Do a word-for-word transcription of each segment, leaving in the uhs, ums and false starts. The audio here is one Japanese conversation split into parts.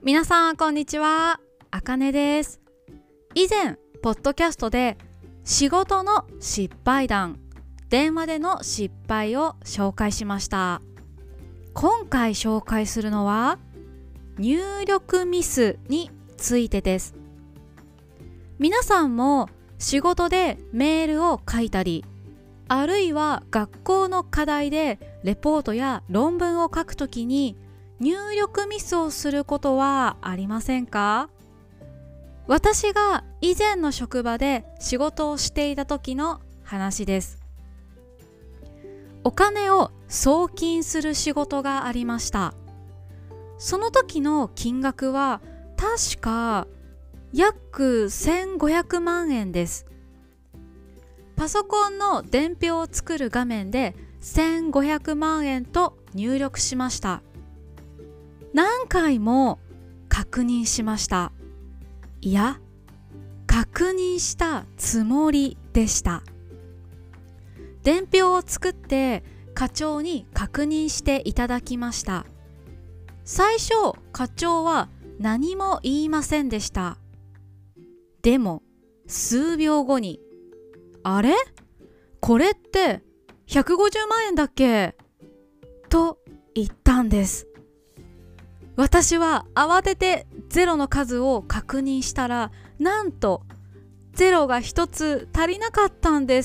皆さんこんにちは、あかねです。以前ポッドキャストで仕事の失敗談、電話での失敗を紹介しました。今回紹介するのは入力ミスについてです。皆さんも仕事でメールを書いたり、あるいは学校の課題でレポートや論文を書くときに入力ミスをすることはありませんか？私が以前の職場で仕事をしていた時の話です。お金を送金する仕事がありました。その時の金額は確か約せんごひゃくまんえんです。パソコンの伝票を作る画面でせんごひゃくまんえんと入力しました。何回も確認しました。いや、確認したつもりでした。伝票を作って課長に確認していただきました。最初、課長は何も言いませんでした。でも、数秒後に、あれ？これってひゃくごじゅうまんえんだっけ？と言ったんです。私は慌ててゼロの数を確認したら、なんとゼロが一つ足りなかったんです。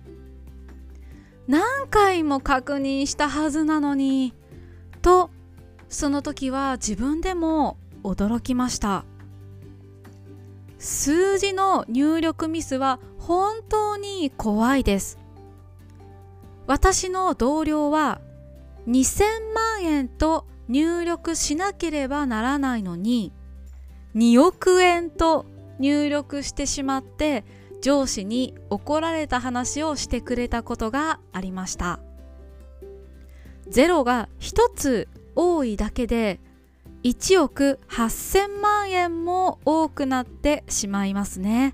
何回も確認したはずなのに、とその時は自分でも驚きました。数字の入力ミスは本当に怖いです。私の同僚はにせんまんえんと入力しなければならないのににおくえんと入力してしまって上司に怒られた話をしてくれたことがありました。ゼロが一つ多いだけでいちおくはっせんまんえんも多くなってしまいますね。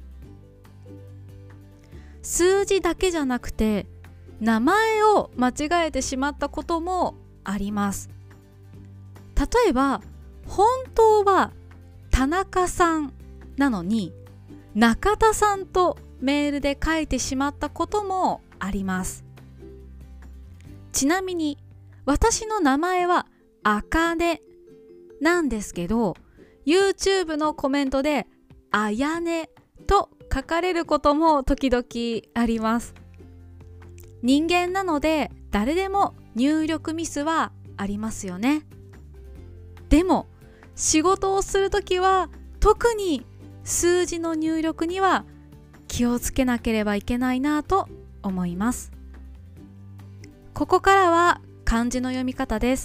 数字だけじゃなくて名前を間違えてしまったこともあります。例えば本当は田中さんなのに中田さんとメールで書いてしまったこともあります。ちなみに私の名前はあかねなんですけど、 YouTube のコメントであやねと書かれることも時々あります。人間なので誰でも入力ミスはありますよね。でも仕事をするときは特に数字の入力には気をつけなければいけないなと思います。ここからは漢字の読み方です。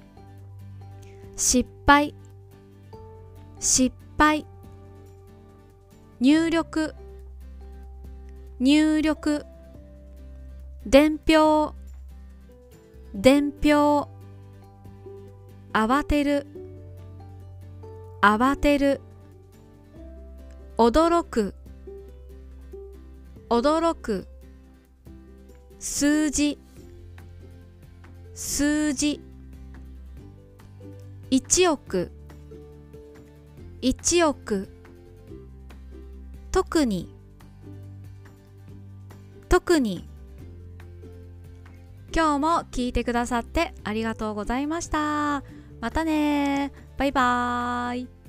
失敗、失敗、入力、入力、伝票、伝票、慌てる、慌てる、驚く、驚く、数字、数字、いちおく、いちおく、特に、特に。今日も聞いてくださってありがとうございました。またね。バイバーイ。